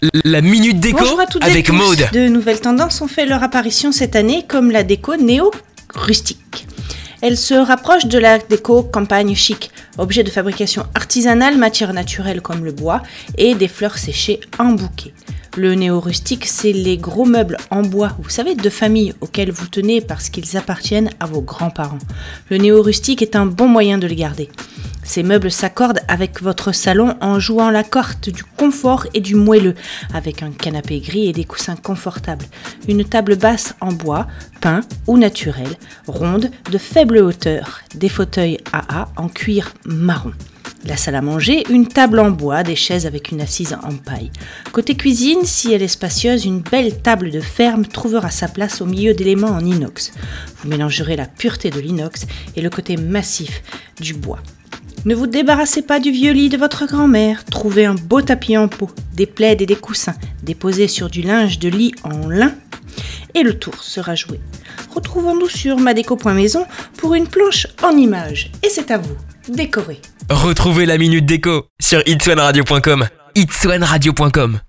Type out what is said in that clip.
La minute déco Bonjour à toutes et avec tous. Maude. De nouvelles tendances ont fait leur apparition cette année, comme la déco néo-rustique. Elle se rapproche de la déco campagne chic, objet de fabrication artisanale, matières naturelles comme le bois et des fleurs séchées en bouquet. Le néo-rustique, c'est les gros meubles en bois, vous savez, de famille auxquels vous tenez parce qu'ils appartiennent à vos grands-parents. Le néo-rustique est un bon moyen de les garder. Ces meubles s'accordent avec votre salon en jouant la carte du confort et du moelleux, avec un canapé gris et des coussins confortables. Une table basse en bois, peint ou naturel, ronde, de faible hauteur, des fauteuils AA en cuir marron. La salle à manger, une table en bois, des chaises avec une assise en paille. Côté cuisine, si elle est spacieuse, une belle table de ferme trouvera sa place au milieu d'éléments en inox. Vous mélangerez la pureté de l'inox et le côté massif du bois. Ne vous débarrassez pas du vieux lit de votre grand-mère. Trouvez un beau tapis en peau, des plaids et des coussins, déposés sur du linge de lit en lin, et le tour sera joué. Retrouvons-nous sur madeco.maison pour une planche en images. Et c'est à vous, décorez. Retrouvez la minute déco sur itswanradio.com. itswanradio.com